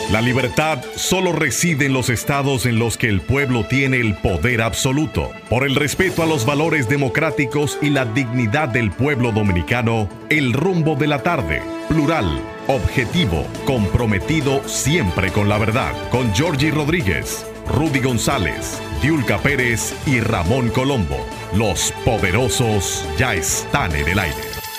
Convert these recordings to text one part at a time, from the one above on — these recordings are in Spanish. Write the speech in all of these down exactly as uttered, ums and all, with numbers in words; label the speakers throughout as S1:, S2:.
S1: La libertad solo reside en los estados en los que el pueblo tiene el poder absoluto. Por el respeto a los valores democráticos y la dignidad del pueblo dominicano, El Rumbo de la Tarde, plural, objetivo, comprometido siempre con la verdad, con Georgie Rodríguez, Rudy González, Diulca Pérez y Ramón Colombo. Los poderosos ya están en el aire.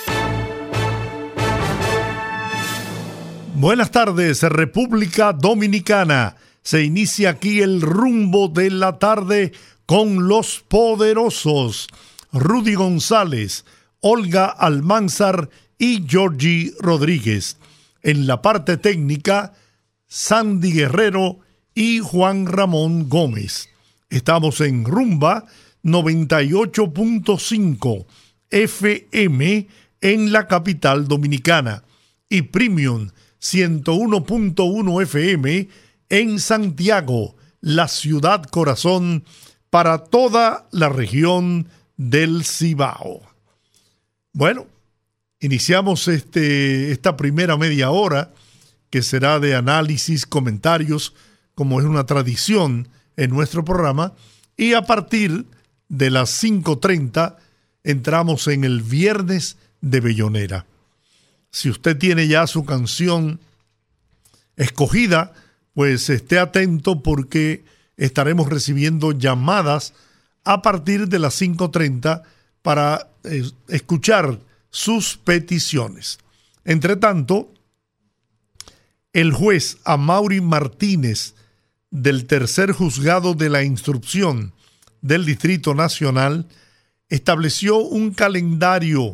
S2: Buenas tardes, República Dominicana. Se inicia aquí el Rumbo de la Tarde con los poderosos Rudy González, Olga Almanzar y Georgie Rodríguez. En la parte técnica, Sandy Guerrero y Juan Ramón Gómez. Estamos en Rumba noventa y ocho punto cinco F M en la capital dominicana y Premium ciento uno punto uno F M en Santiago, la ciudad corazón para toda la región del Cibao. Bueno, iniciamos este, esta primera media hora que será de análisis, comentarios, como es una tradición en nuestro programa, y a partir de las cinco treinta entramos en el Viernes de Bellonera. Si usted tiene ya su canción escogida, pues esté atento porque estaremos recibiendo llamadas a partir de las cinco treinta para eh, escuchar sus peticiones. Entre tanto, el juez Amaury Martínez del Tercer Juzgado de la Instrucción del Distrito Nacional estableció un calendario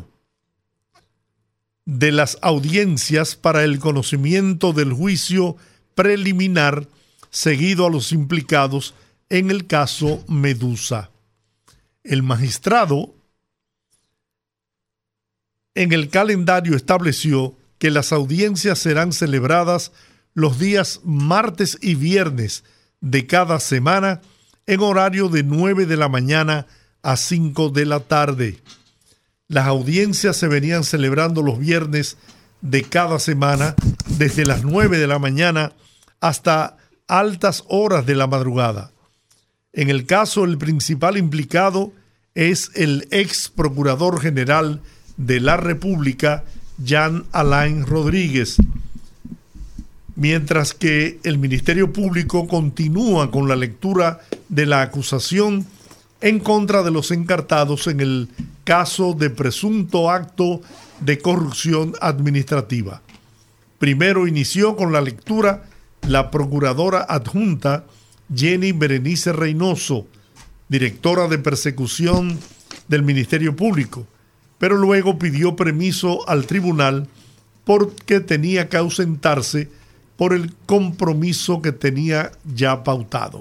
S2: de las audiencias para el conocimiento del juicio preliminar seguido a los implicados en el caso Medusa. El magistrado en el calendario estableció que las audiencias serán celebradas los días martes y viernes de cada semana en horario de nueve de la mañana a cinco de la tarde. Las audiencias se venían celebrando los viernes de cada semana desde las nueve de la mañana hasta altas horas de la madrugada. En el caso, el principal implicado es el ex procurador general de la República, Jean Alain Rodríguez, mientras que el Ministerio Público continúa con la lectura de la acusación en contra de los encartados en el caso de presunto acto de corrupción administrativa. Primero inició con la lectura la procuradora adjunta Jenny Berenice Reynoso, directora de persecución del Ministerio Público, pero luego pidió permiso al tribunal porque tenía que ausentarse por el compromiso que tenía ya pautado.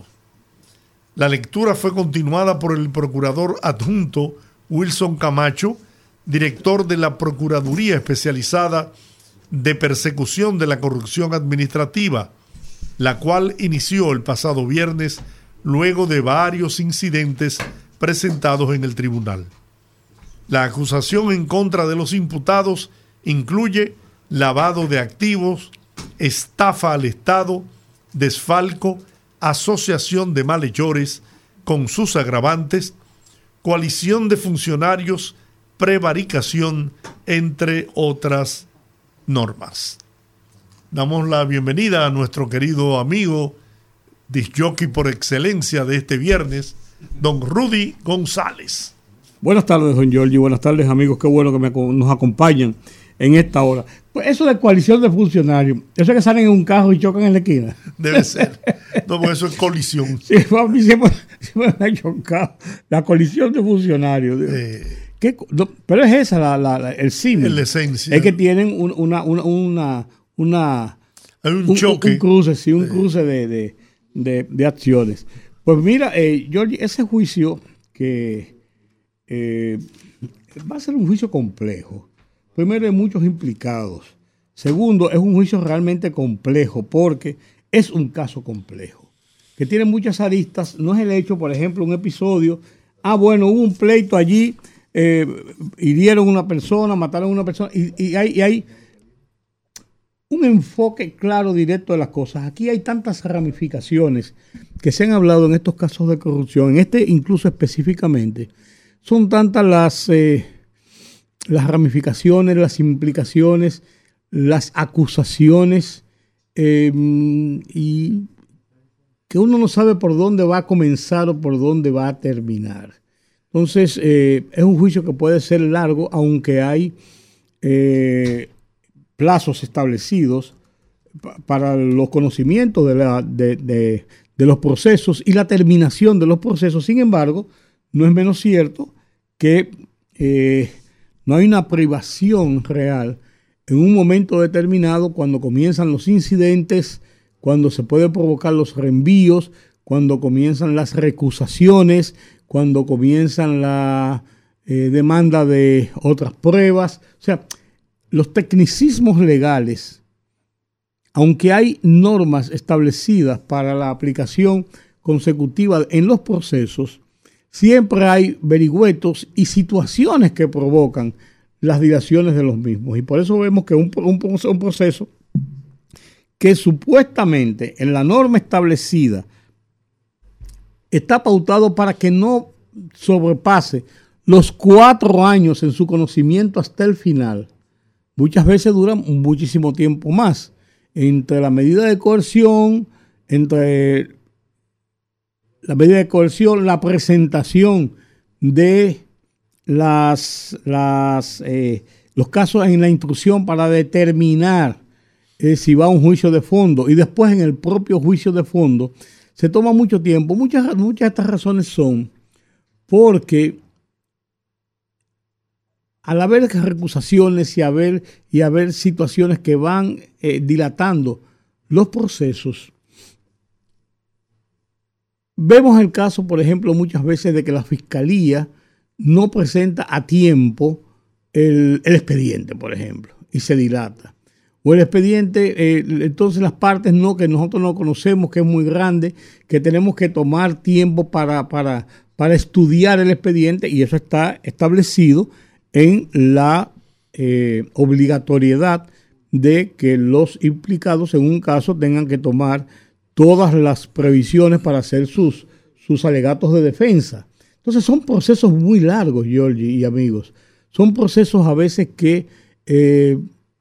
S2: La lectura fue continuada por el procurador adjunto Wilson Camacho, director de la Procuraduría Especializada de Persecución de la Corrupción Administrativa, la cual inició el pasado viernes luego de varios incidentes presentados en el tribunal. La acusación en contra de los imputados incluye lavado de activos, estafa al Estado, desfalco, asociación de malhechores con sus agravantes, coalición de funcionarios, prevaricación, entre otras normas. Damos la bienvenida a nuestro querido amigo, disc-jockey por excelencia de este viernes, don Rudy González.
S3: Buenas tardes, don Georgie. Buenas tardes, amigos. Qué bueno que me, nos acompañan en esta hora. Pues eso de coalición de funcionarios, eso es que salen en un carro y chocan en la esquina.
S2: Debe ser. No, porque eso es colisión.
S3: Sí, a mí siempre, siempre me ha chocado. La colisión de funcionarios. Eh, ¿Qué, no, pero es esa la, la, la, el símil.
S2: La esencia.
S3: Es que tienen un, una, una, una, una
S2: Hay un,
S3: un
S2: choque.
S3: Un, un cruce, sí, un
S2: eh.
S3: cruce de, de, de, de acciones. Pues mira, eh, Georgie, ese juicio que eh, va a ser un juicio complejo. Primero, hay muchos implicados. Segundo, es un juicio realmente complejo porque es un caso complejo, que tiene muchas aristas. No es el hecho, por ejemplo, un episodio, ah, bueno, hubo un pleito allí, eh, hirieron a una persona, mataron a una persona, y, y, hay, y hay un enfoque claro, directo de las cosas. Aquí hay tantas ramificaciones que se han hablado en estos casos de corrupción, en este incluso específicamente. Son tantas las, eh, las ramificaciones, las implicaciones, las acusaciones, eh, y que uno no sabe por dónde va a comenzar o por dónde va a terminar. Entonces, eh, es un juicio que puede ser largo, aunque hay eh, plazos establecidos pa- para los conocimientos de, la, de, de, de los procesos y la terminación de los procesos. Sin embargo, no es menos cierto que eh, no hay una privación real en un momento determinado cuando comienzan los incidentes, cuando se pueden provocar los reenvíos, cuando comienzan las recusaciones, cuando comienzan la eh, demanda de otras pruebas. O sea, los tecnicismos legales, aunque hay normas establecidas para la aplicación consecutiva en los procesos, siempre hay vericuetos y situaciones que provocan las dilaciones de los mismos. Y por eso vemos que un, un, un proceso que supuestamente en la norma establecida está pautado para que no sobrepase los cuatro años en su conocimiento hasta el final, muchas veces dura muchísimo tiempo más. Entre la medida de coerción, entre la medida de coerción, la presentación de las, las, eh, los casos en la instrucción para determinar eh, si va a un juicio de fondo, y después en el propio juicio de fondo se toma mucho tiempo. Muchas, muchas de estas razones son porque al haber recusaciones y haber, y haber situaciones que van eh, dilatando los procesos, vemos el caso, por ejemplo, muchas veces de que la fiscalía no presenta a tiempo el, el expediente, por ejemplo, y se dilata. O el expediente, eh, entonces las partes no, que nosotros no conocemos, que es muy grande, que tenemos que tomar tiempo para, para, para estudiar el expediente, y eso está establecido en la eh, obligatoriedad de que los implicados en un caso tengan que tomar todas las previsiones para hacer sus, sus alegatos de defensa. Entonces son procesos muy largos, Georgie y amigos. Son procesos a veces que, eh,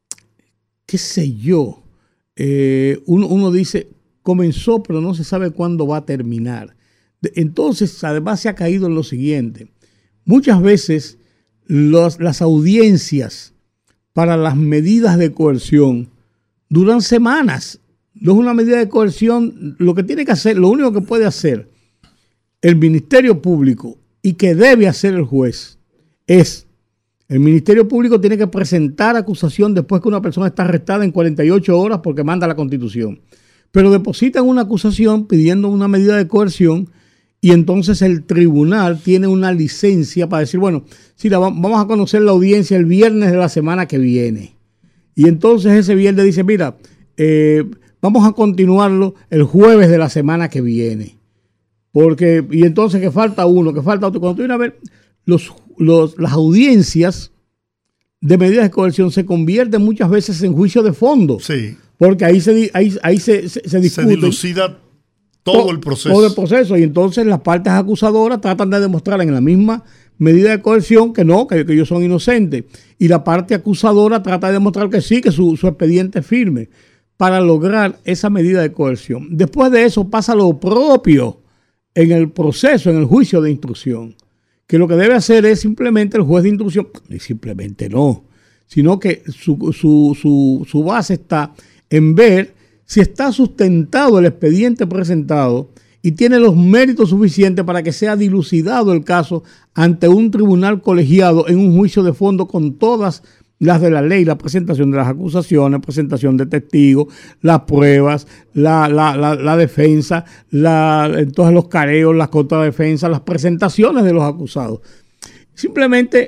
S3: qué sé yo, eh, uno, uno dice, comenzó pero no se sabe cuándo va a terminar. Entonces, además se ha caído en lo siguiente. Muchas veces los, las audiencias para las medidas de coerción duran semanas. No es una medida de coerción. Lo que tiene que hacer, lo único que puede hacer el Ministerio Público y que debe hacer el juez es, el Ministerio Público tiene que presentar acusación después que una persona está arrestada en cuarenta y ocho horas porque manda la Constitución. Pero depositan una acusación pidiendo una medida de coerción y entonces el tribunal tiene una licencia para decir, bueno, sí, la, vamos a conocer la audiencia el viernes de la semana que viene. Y entonces ese viernes dice, mira, eh, vamos a continuarlo el jueves de la semana que viene. Porque, y entonces que falta uno, que falta otro. Cuando tú vienes a ver, los, los, las audiencias de medidas de coerción se convierten muchas veces en juicio de fondo.
S2: Sí.
S3: Porque ahí se, ahí, ahí se, se, se discute.
S2: Se dilucida todo el proceso.
S3: Todo el proceso. Y entonces las partes acusadoras tratan de demostrar en la misma medida de coerción que no, que, que ellos son inocentes. Y la parte acusadora trata de demostrar que sí, que su, su expediente es firme, para lograr esa medida de coerción. Después de eso pasa lo propio en el proceso, en el juicio de instrucción, que lo que debe hacer es simplemente el juez de instrucción, y simplemente no, sino que su, su, su, su base está en ver si está sustentado el expediente presentado y tiene los méritos suficientes para que sea dilucidado el caso ante un tribunal colegiado en un juicio de fondo con todas las de la ley, la presentación de las acusaciones, presentación de testigos, las pruebas, la, la, la, la defensa, la, entonces los careos, las contradefensas, las presentaciones de los acusados. Simplemente,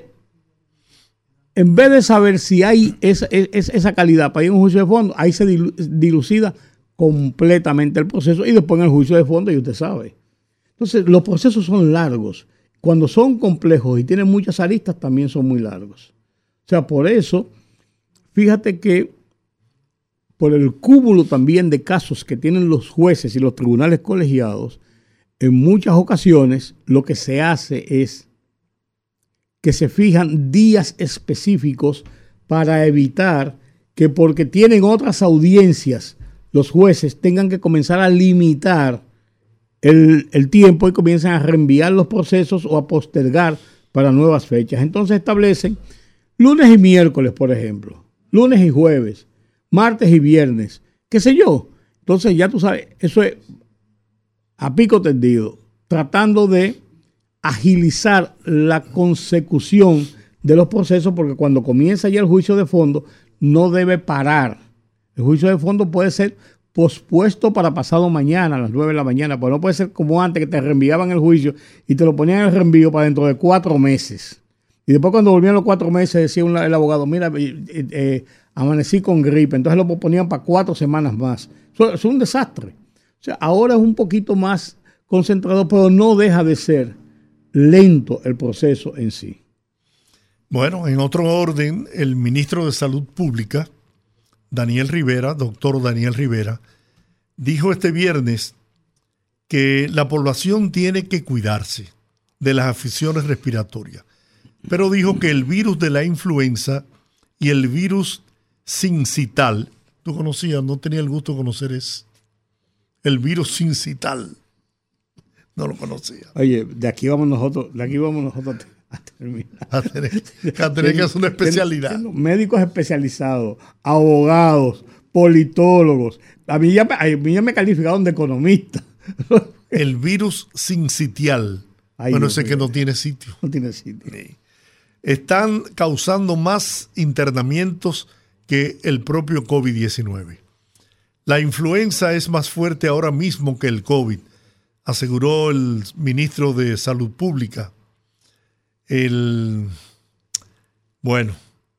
S3: en vez de saber si hay esa, esa, esa calidad para ir a un juicio de fondo, ahí se dilucida completamente el proceso y después en el juicio de fondo, y usted sabe. Entonces, los procesos son largos. Cuando son complejos y tienen muchas aristas, también son muy largos. O sea, por eso, fíjate que por el cúmulo también de casos que tienen los jueces y los tribunales colegiados, en muchas ocasiones lo que se hace es que se fijan días específicos para evitar que porque tienen otras audiencias, los jueces tengan que comenzar a limitar el, el tiempo y comienzan a reenviar los procesos o a postergar para nuevas fechas. Entonces establecen lunes y miércoles, por ejemplo, lunes y jueves, martes y viernes, qué sé yo. Entonces ya tú sabes, eso es a pico tendido, tratando de agilizar la consecución de los procesos, porque cuando comienza ya el juicio de fondo no debe parar. El juicio de fondo puede ser pospuesto para pasado mañana a las nueve de la mañana, pero no puede ser como antes, que te reenviaban el juicio y te lo ponían en el reenvío para dentro de cuatro meses. Y después cuando volvían los cuatro meses decía un, el abogado, mira, eh, eh, amanecí con gripe, entonces lo ponían para cuatro semanas más. Eso es un desastre. O sea, ahora es un poquito más concentrado, pero no deja de ser lento el proceso en sí.
S2: Bueno, en otro orden, el ministro de Salud Pública, Daniel Rivera, doctor Daniel Rivera, dijo este viernes que la población tiene que cuidarse de las afecciones respiratorias, pero dijo que el virus de la influenza y el virus sincital, tú conocías, no tenía el gusto de conocer ese, el virus sincital, no lo conocía.
S3: Oye, de aquí vamos nosotros, de aquí vamos nosotros a terminar.
S2: A tener, a tener que hacer una especialidad.
S3: Médicos especializados, abogados, politólogos. A mí ya, a mí ya me calificaron de economista.
S2: El virus sincitial. Ay, bueno, ese que no tiene sitio.
S3: No tiene sitio.
S2: Sí. Están causando más internamientos que el propio COVID diecinueve. La influenza es más fuerte ahora mismo que el COVID, aseguró el ministro de Salud Pública. El, bueno.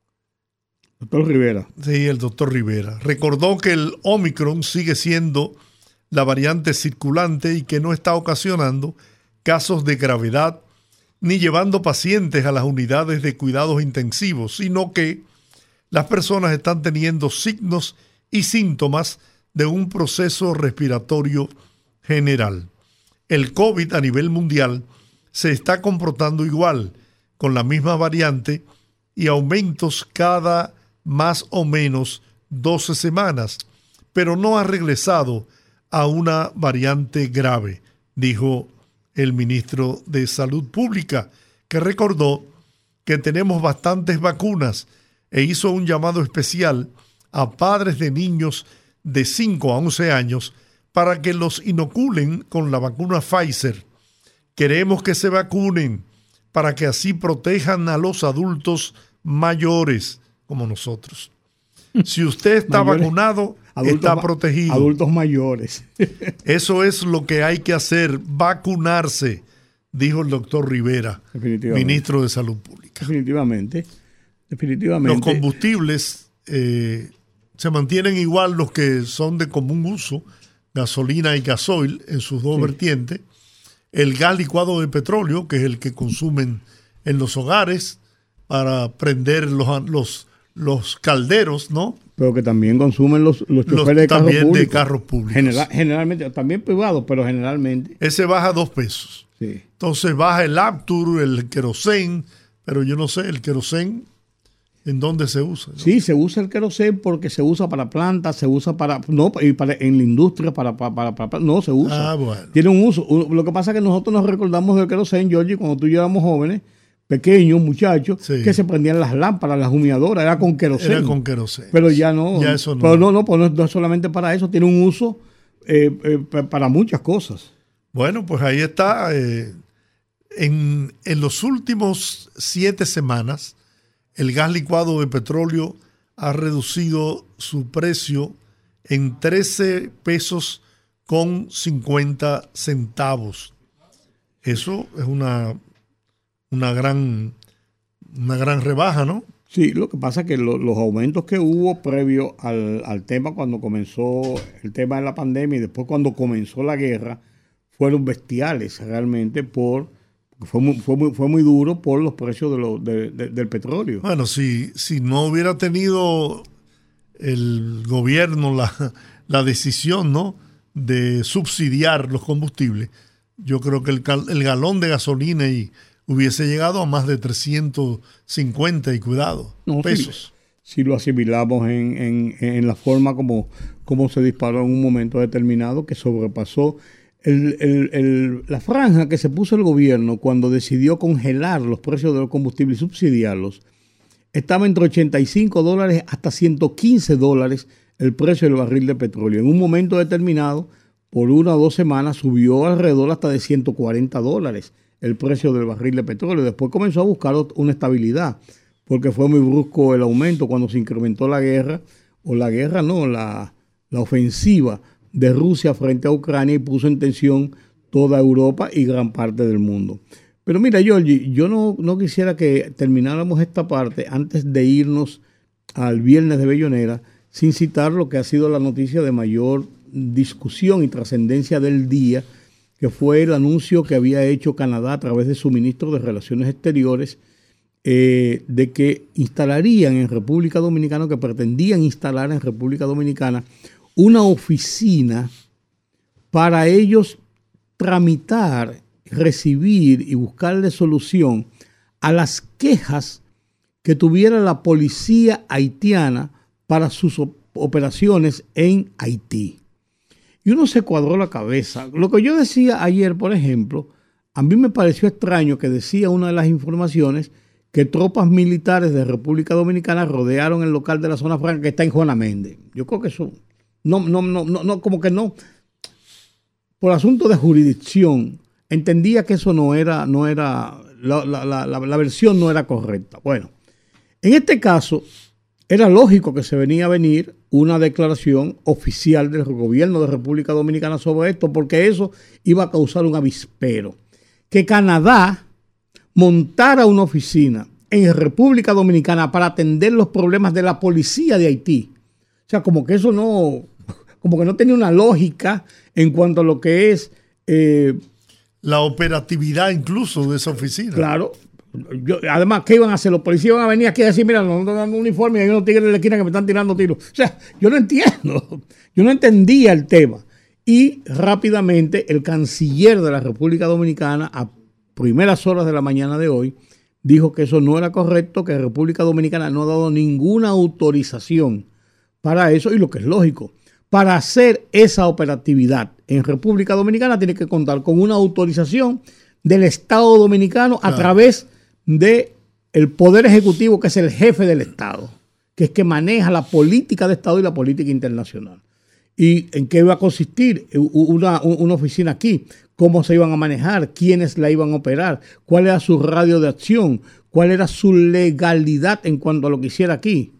S3: Doctor Rivera.
S2: Sí, el doctor Rivera. Recordó que el Omicron sigue siendo la variante circulante y que no está ocasionando casos de gravedad ni llevando pacientes a las unidades de cuidados intensivos, sino que las personas están teniendo signos y síntomas de un proceso respiratorio general. El COVID a nivel mundial se está comportando igual, con la misma variante y aumentos cada más o menos doce semanas, pero no ha regresado a una variante grave, dijo el ministro de Salud Pública, que recordó que tenemos bastantes vacunas e hizo un llamado especial a padres de niños de cinco a once años para que los inoculen con la vacuna Pfizer. Queremos que se vacunen para que así protejan a los adultos mayores como nosotros. Si usted está mayores, vacunado, adultos, está protegido.
S3: Adultos mayores.
S2: Eso es lo que hay que hacer, vacunarse, dijo el doctor Rivera, ministro de Salud Pública.
S3: Definitivamente. Definitivamente.
S2: Los combustibles eh, se mantienen igual, los que son de común uso, gasolina y gasoil en sus dos sí. vertientes. El gas licuado de petróleo, que es el que consumen en los hogares para prender los, los, los calderos, ¿no?
S3: Pero que también consumen los, los choferes de carros
S2: también
S3: públicos.
S2: de carros públicos.
S3: General, generalmente, también privados, pero generalmente.
S2: Ese baja dos pesos.
S3: Sí.
S2: Entonces baja el Aptur, el querosén, pero yo no sé, el querosén, ¿en dónde se usa? ¿No?
S3: Sí, se usa el querosén porque se usa para plantas, se usa para, no, y para, en la industria, para, para, para, para, no se usa.
S2: Ah, bueno.
S3: Tiene un uso. Lo que pasa es que nosotros nos recordamos del querosén, Georgie, cuando tú y yo éramos jóvenes, pequeños, muchachos, sí. que se prendían las lámparas, las humeadoras, era con querosén.
S2: Era con querosén.
S3: Pero ya no.
S2: Ya eso no.
S3: Pero no, no, pues no, no es solamente para eso, tiene un uso eh, eh, para muchas cosas.
S2: Bueno, pues ahí está. Eh, en, en los últimos siete semanas, el gas licuado de petróleo ha reducido su precio en trece pesos con cincuenta centavos. Eso es una, una, gran, una gran rebaja, ¿no?
S3: Sí, lo que pasa es que lo, los aumentos que hubo previo al, al tema cuando comenzó el tema de la pandemia y después cuando comenzó la guerra fueron bestiales realmente por... Fue muy, fue, muy, fue muy duro por los precios de lo, de, de, del petróleo.
S2: Bueno, si, si no hubiera tenido el gobierno la, la decisión, ¿no?, de subsidiar los combustibles, yo creo que el, el galón de gasolina y hubiese llegado a más de trescientos cincuenta y cuidado, no, pesos.
S3: Si, si lo asimilamos en, en, en la forma como, como se disparó en un momento determinado, que sobrepasó el, el, el, la franja que se puso el gobierno cuando decidió congelar los precios de los combustibles y subsidiarlos, estaba entre ochenta y cinco dólares hasta ciento quince dólares el precio del barril de petróleo. En un momento determinado, por una o dos semanas, subió alrededor hasta de ciento cuarenta dólares el precio del barril de petróleo. Después comenzó a buscar una estabilidad, porque fue muy brusco el aumento cuando se incrementó la guerra, o la guerra no, la, la ofensiva de Rusia frente a Ucrania y puso en tensión toda Europa y gran parte del mundo. Pero mira, Georgie, yo no, no quisiera que termináramos esta parte antes de irnos al viernes de Bellonera sin citar lo que ha sido la noticia de mayor discusión y trascendencia del día, que fue el anuncio que había hecho Canadá a través de su ministro de Relaciones Exteriores eh, de que instalarían en República Dominicana, que pretendían instalar en República Dominicana una oficina para ellos tramitar, recibir y buscarle solución a las quejas que tuviera la policía haitiana para sus operaciones en Haití. Y uno se cuadró la cabeza. Lo que yo decía ayer, por ejemplo, a mí me pareció extraño que decía una de las informaciones que tropas militares de República Dominicana rodearon el local de la zona franca que está en Juana Méndez. Yo creo que eso, no, no, no, no, no, como que no, por asunto de jurisdicción, entendía que eso no era, no era, la, la, la, la, la versión no era correcta. Bueno, en este caso, era lógico que se venía a venir una declaración oficial del gobierno de República Dominicana sobre esto, porque eso iba a causar un avispero. Que Canadá montara una oficina en República Dominicana para atender los problemas de la policía de Haití. O sea, como que eso no, como que no tenía una lógica en cuanto a lo que es eh,
S2: la operatividad incluso de esa oficina.
S3: Claro. Yo, además, ¿qué iban a hacer? Los policías iban a venir aquí a decir, mira, nos están dando un uniforme y hay unos tigres en la esquina que me están tirando tiros. O sea, yo no entiendo. Yo no entendía el tema. Y rápidamente el canciller de la República Dominicana, a primeras horas de la mañana de hoy, dijo que eso no era correcto, que la República Dominicana no ha dado ninguna autorización para eso. Y lo que es lógico, para hacer esa operatividad en República Dominicana tiene que contar con una autorización del Estado Dominicano a claro. través de el Poder Ejecutivo, que es el jefe del Estado, que es que maneja la política de Estado y la política internacional. ¿Y en qué iba a consistir una, una oficina aquí? ¿Cómo se iban a manejar? ¿Quiénes la iban a operar? ¿Cuál era su radio de acción? ¿Cuál era su legalidad en cuanto a lo que hiciera aquí?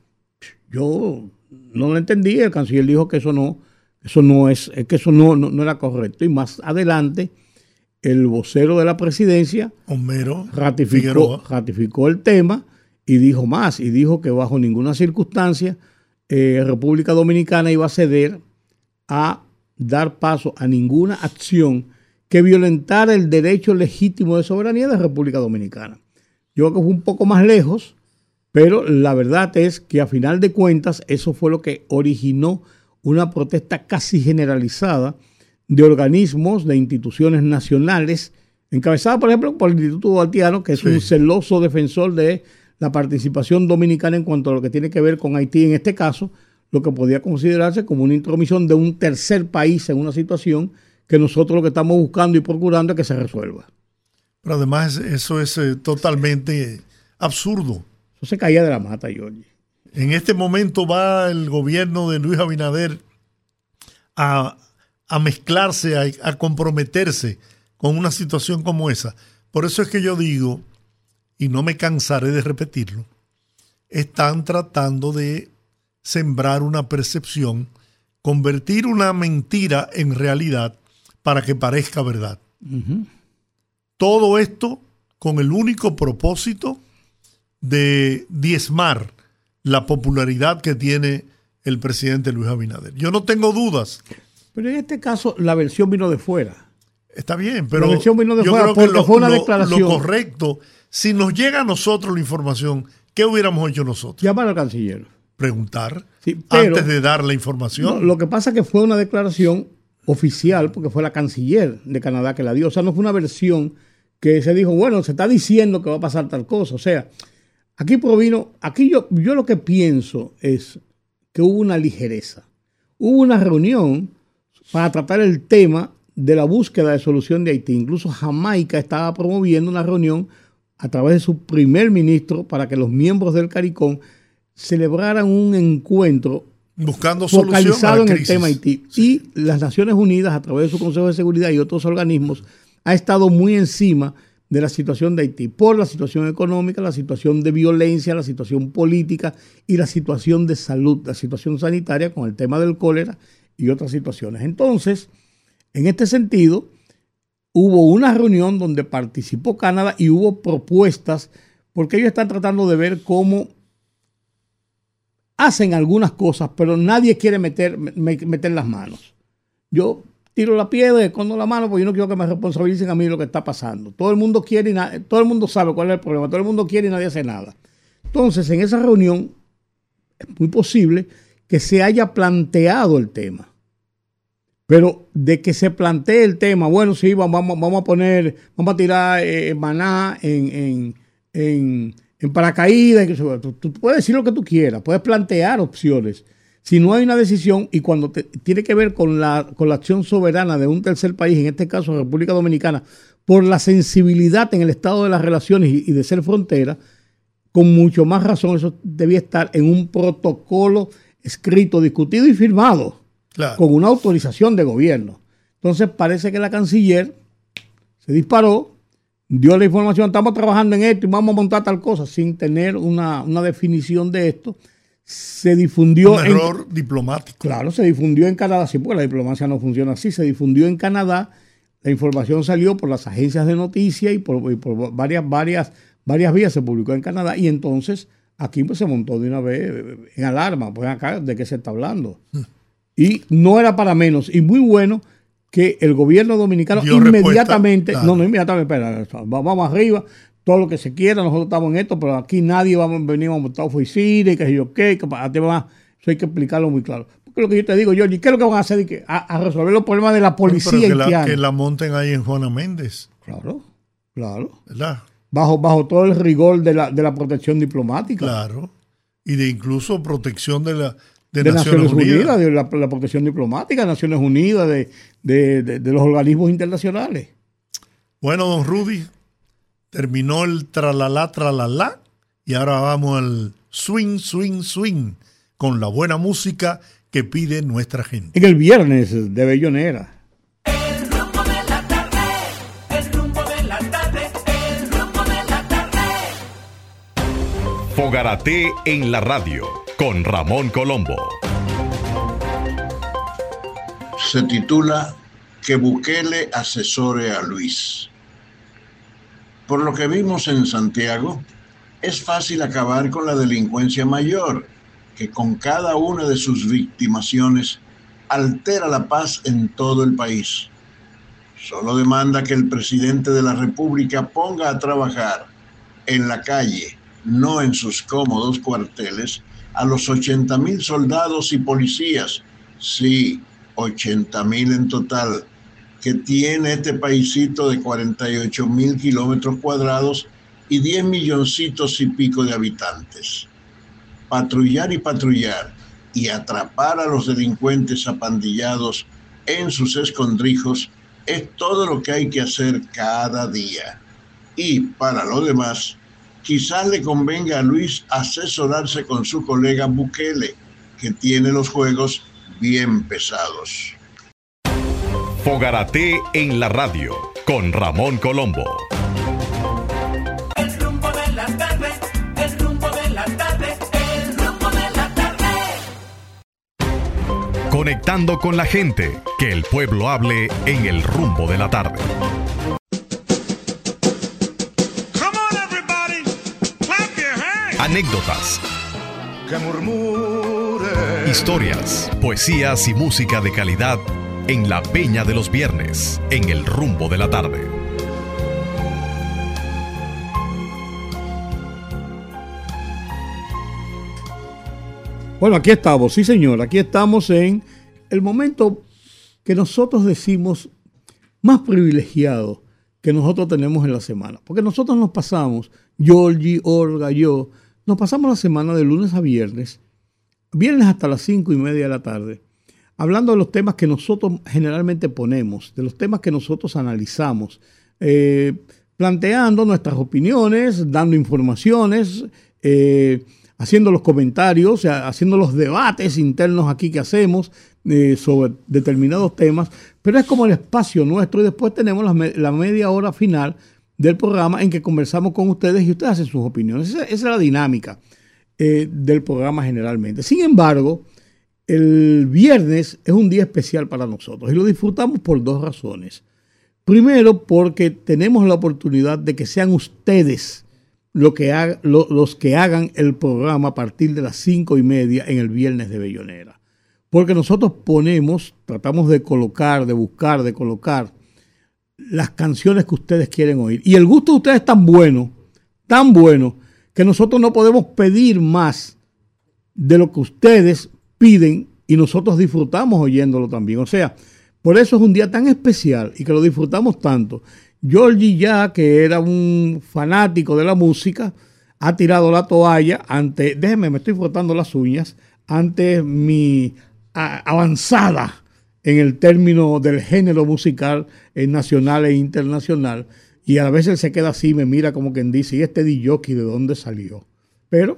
S3: Yo no lo entendí. El canciller dijo que eso no, eso no es, que eso no, no, no era correcto. Y más adelante, el vocero de la presidencia,
S2: Homero
S3: ratificó, ratificó el tema y dijo más, y dijo que bajo ninguna circunstancia eh, República Dominicana iba a ceder a dar paso a ninguna acción que violentara el derecho legítimo de soberanía de República Dominicana. Yo creo que fue un poco más lejos, pero la verdad es que a final de cuentas eso fue lo que originó una protesta casi generalizada de organismos, de instituciones nacionales, encabezada, por ejemplo, por el Instituto Haitiano, que es sí. un celoso defensor de la participación dominicana en cuanto a lo que tiene que ver con Haití, en este caso, lo que podía considerarse como una intromisión de un tercer país en una situación que nosotros lo que estamos buscando y procurando es que se resuelva.
S2: Pero además eso es eh, totalmente absurdo.
S3: Eso se caía de la mata, Georgie.
S2: En este momento va el gobierno de Luis Abinader a... a mezclarse, a, a comprometerse con una situación como esa. Por eso es que yo digo, y no me cansaré de repetirlo, están tratando de sembrar una percepción, convertir una mentira en realidad para que parezca verdad. Uh-huh. Todo esto con el único propósito de diezmar la popularidad que tiene el presidente Luis Abinader. Yo no tengo dudas.
S3: Pero en este caso la versión vino de fuera.
S2: Está bien, pero
S3: la versión vino de
S2: yo
S3: fuera
S2: creo que lo,
S3: fue una
S2: lo,
S3: declaración.
S2: Lo correcto, si nos llega a nosotros la información, ¿qué hubiéramos hecho nosotros?
S3: Llamar al canciller.
S2: Preguntar.
S3: Sí, Sí, pero,
S2: antes de dar la información.
S3: No, lo que pasa es que fue una declaración oficial, porque fue la canciller de Canadá que la dio. O sea, no fue una versión que se dijo, bueno, se está diciendo que va a pasar tal cosa. O sea, aquí provino, aquí yo, yo lo que pienso es que hubo una ligereza. Hubo una reunión para tratar el tema de la búsqueda de solución de Haití. Incluso Jamaica estaba promoviendo una reunión a través de su primer ministro para que los miembros del CARICOM celebraran un encuentro
S2: buscando
S3: focalizado en el tema
S2: Haití.
S3: Sí. Y las Naciones Unidas, a través de su Consejo de Seguridad y otros organismos, ha estado muy encima de la situación de Haití, por la situación económica, la situación de violencia, la situación política y la situación de salud, la situación sanitaria con el tema del cólera y otras situaciones. Entonces, en este sentido, hubo una reunión donde participó Canadá y hubo propuestas, porque ellos están tratando de ver cómo hacen algunas cosas, pero nadie quiere meter, meter las manos. Yo tiro la piedra, escondo la mano, porque yo no quiero que me responsabilicen a mí de lo que está pasando. Todo el mundo quiere y na- todo el mundo sabe cuál es el problema, todo el mundo quiere y nadie hace nada. Entonces, en esa reunión es muy posible que se haya planteado el tema. Pero de que se plantee el tema, bueno, sí, vamos, vamos a poner, vamos a tirar eh, maná en, en, en, en paracaídas. Tú, tú puedes decir lo que tú quieras, puedes plantear opciones. Si no hay una decisión y cuando te, tiene que ver con la, con la acción soberana de un tercer país, en este caso República Dominicana, por la sensibilidad en el estado de las relaciones y, y de ser frontera, con mucho más razón eso debía estar en un protocolo escrito, discutido y firmado. Claro. Con una autorización de gobierno. Entonces parece que la canciller se disparó, dio la información, estamos trabajando en esto y vamos a montar tal cosa, sin tener una, una definición de esto. Se difundió...
S2: Un error en, diplomático.
S3: Claro, se difundió en Canadá, sí, porque la diplomacia no funciona así, se difundió en Canadá, la información salió por las agencias de noticias y por, y por varias, varias, varias vías se publicó en Canadá y entonces aquí pues se montó de una vez en alarma, pues acá, ¿de qué se está hablando? Hmm. Y no era para menos. Y muy bueno que el gobierno dominicano Dio inmediatamente, claro. no, no inmediatamente, espera, vamos arriba, todo lo que se quiera, nosotros estamos en esto, pero aquí nadie va a venir a montar oficina y que yo qué, que para ti va, eso hay que explicarlo muy claro. Porque lo que yo te digo, Jorge, ¿qué es lo que van a hacer? A, a resolver los problemas de la policía
S2: no, pero que
S3: haitiana.
S2: La, que la monten ahí en Juana Méndez.
S3: Claro, claro.
S2: ¿Verdad?
S3: Bajo, bajo todo el rigor de la, de la protección diplomática.
S2: Claro. Y de incluso protección de la... De,
S3: de
S2: Naciones,
S3: Naciones Unidas,
S2: Unidas,
S3: de la, la protección diplomática, Naciones Unidas, de, de, de, de los organismos internacionales.
S2: Bueno, don Rudy, terminó el tralalá, tralalá, y ahora vamos al swing, swing, swing, con la buena música que pide nuestra gente.
S3: En el viernes de Bellonera.
S4: El rumbo de la tarde, el rumbo de la tarde, el rumbo de la tarde.
S1: Fogarate en la radio. Con Ramón Colombo.
S5: Se titula Que Bukele asesore a Luis. Por lo que vimos en Santiago, es fácil acabar con la delincuencia mayor, que con cada una de sus victimaciones altera la paz en todo el país. Solo demanda que el presidente de la República ponga a trabajar en la calle, no en sus cómodos cuarteles, a los ochenta mil soldados y policías, sí, ochenta mil en total, que tiene este paisito de cuarenta y ocho mil kilómetros cuadrados y diez milloncitos y pico de habitantes. Patrullar y patrullar y atrapar a los delincuentes apandillados en sus escondrijos es todo lo que hay que hacer cada día. Y para lo demás, quizás le convenga a Luis asesorarse con su colega Bukele, que tiene los juegos bien pesados.
S1: Fogarate en la radio, con Ramón Colombo.
S4: El rumbo de la tarde, el rumbo de la tarde, el rumbo de la tarde.
S1: Conectando con la gente, que el pueblo hable en el rumbo de la tarde. Anécdotas,
S6: que murmure,
S1: historias, poesías y música de calidad en la Peña de los Viernes, en el rumbo de la tarde.
S3: Bueno, aquí estamos, sí señor, aquí estamos en el momento que nosotros decimos más privilegiado que nosotros tenemos en la semana. Porque nosotros nos pasamos, Georgie, Olga, yo, nos pasamos la semana de lunes a viernes, viernes hasta las cinco y media de la tarde, hablando de los temas que nosotros generalmente ponemos, de los temas que nosotros analizamos, eh, planteando nuestras opiniones, dando informaciones, eh, haciendo los comentarios, o sea, haciendo los debates internos aquí que hacemos eh, sobre determinados temas, pero es como el espacio nuestro y después tenemos la, me la media hora final del programa en que conversamos con ustedes y ustedes hacen sus opiniones. Esa, esa es la dinámica eh, del programa generalmente. Sin embargo, el viernes es un día especial para nosotros y lo disfrutamos por dos razones. Primero, porque tenemos la oportunidad de que sean ustedes lo que haga, lo, los que hagan el programa a partir de las cinco y media en el viernes de Bellonera. Porque nosotros ponemos, tratamos de colocar, de buscar, de colocar las canciones que ustedes quieren oír. Y el gusto de ustedes es tan bueno, tan bueno, que nosotros no podemos pedir más de lo que ustedes piden y nosotros disfrutamos oyéndolo también. O sea, por eso es un día tan especial y que lo disfrutamos tanto. Georgie, ya que era un fanático de la música, ha tirado la toalla ante, déjenme, me estoy frotando las uñas, ante mi a, avanzada en el término del género musical eh, nacional e internacional. Y a veces él se queda así, me mira como quien dice, ¿y este D J de dónde salió? Pero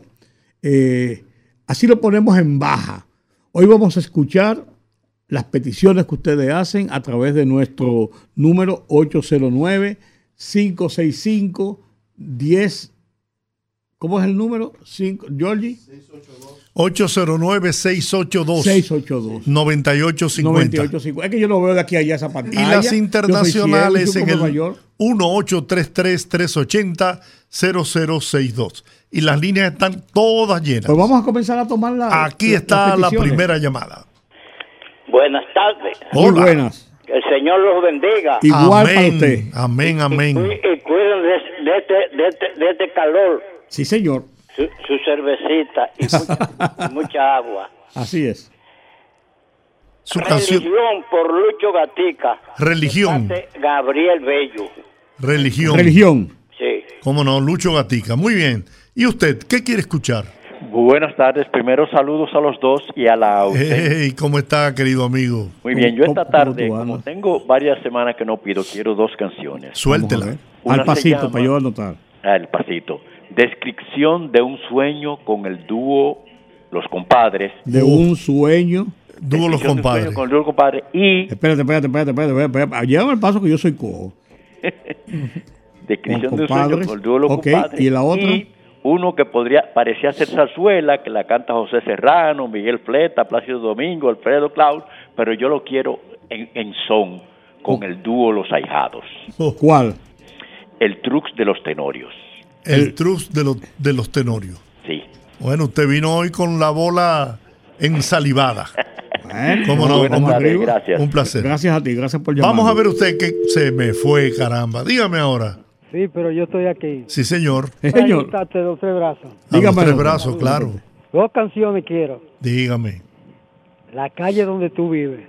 S3: eh, así lo ponemos en baja. Hoy vamos a escuchar las peticiones que ustedes hacen a través de nuestro número ocho cero nueve, cinco seis cinco, diez. ¿Cómo es el número? cinco, Georgie.
S2: ocho cero nueve, seis ocho dos,
S3: seis ocho dos,
S2: nueve ocho cinco cero.
S3: Es que yo lo veo de aquí a allá esa pantalla.
S2: Y las internacionales
S3: ciego,
S2: en el
S3: mayor.
S2: uno ocho tres tres, tres ocho cero, cero cero seis dos. Y las líneas están todas llenas.
S3: Pues vamos a comenzar a tomar la.
S2: Aquí está la primera llamada.
S7: Buenas tardes.
S3: Muy
S2: Hola.
S3: buenas.
S7: Que el Señor los bendiga.
S3: Igual
S2: amén,
S3: para usted.
S2: Amén, amén.
S7: Y, y cuiden de, de este, de, este, de este calor,
S3: Sí, señor.
S7: su, su cervecita y mucha, y mucha agua.
S3: Así es.
S2: Su canción.
S7: Religión por Lucho Gatica.
S2: Religión.
S7: De Gabriel Bello.
S2: Religión.
S3: Religión.
S7: Sí.
S2: Cómo no, Lucho Gatica. Muy bien. ¿Y usted qué quiere escuchar?
S8: Buenas tardes, primero saludos a los dos y a la audiencia.
S2: Hey, ¿cómo está, querido amigo?
S8: Muy bien, yo esta
S3: ¿Cómo-
S8: tarde,
S3: cómo tú
S8: como
S3: andas?
S8: tengo varias semanas que no pido, quiero dos canciones.
S2: Suéltela.
S3: Vamos a ver.
S8: Una
S3: Al
S8: se
S3: pasito,
S8: llama-
S3: para yo anotar.
S8: Ah, el pasito. Descripción de un sueño con el dúo Los Compadres.
S3: De un sueño.
S2: Dúo Los
S8: Descripción de un
S2: Compadres.
S8: sueño con el dúo Los Compadres y
S3: Espérate, espérate, espérate, espérate. espérate, espérate. Llévame el paso que yo soy cojo.
S8: Descripción
S3: Con
S8: de un sueño
S3: Compadres.
S8: con el dúo Los
S3: Ok,
S8: Compadres.
S3: ¿y la otra?
S8: Y uno que podría, parecía ser zarzuela, que la canta José Serrano, Miguel Fleta, Plácido Domingo, Alfredo Klaus, pero yo lo quiero en, en son con el dúo Los Ahijados.
S2: Oh,
S3: ¿Cuál?
S8: El Trux de los Tenorios.
S2: el trus de los, de los tenorios.
S8: Sí.
S2: Bueno, usted vino hoy con la bola ensalivada.
S3: Bueno,
S2: ¿Cómo no?
S8: Buenas
S2: ¿Cómo?
S8: tardes, gracias.
S2: Un placer.
S3: Gracias a ti, gracias por llamar.
S2: Vamos a ver usted que se me fue, caramba. Dígame ahora.
S9: Sí, pero yo estoy aquí.
S2: Sí, señor.
S3: Sí, señor.
S9: Quítate los tres brazos.
S2: A los
S3: Dígame,
S2: tres
S3: doctor.
S2: brazos, claro.
S9: Dos canciones quiero.
S2: Dígame.
S9: La calle donde tú vives.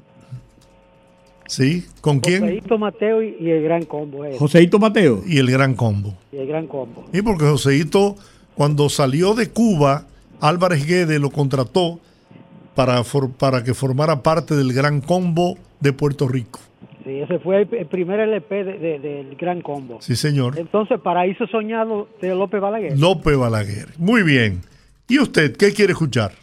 S2: ¿Sí? ¿Con quién?
S9: Joseito Mateo y, y el Gran Combo. ese.
S3: Joseito Mateo.
S2: Y el Gran Combo.
S9: Y el Gran Combo.
S2: Y porque Joseito, cuando salió de Cuba, Álvarez Guedes lo contrató para, for- para que formara parte del Gran Combo de Puerto Rico.
S9: Sí, ese fue el, el primer L P de- de- del Gran Combo.
S2: Sí, señor.
S9: Entonces, Paraíso Soñado de López Balaguer.
S2: López Balaguer. Muy bien. ¿Y usted qué quiere escuchar?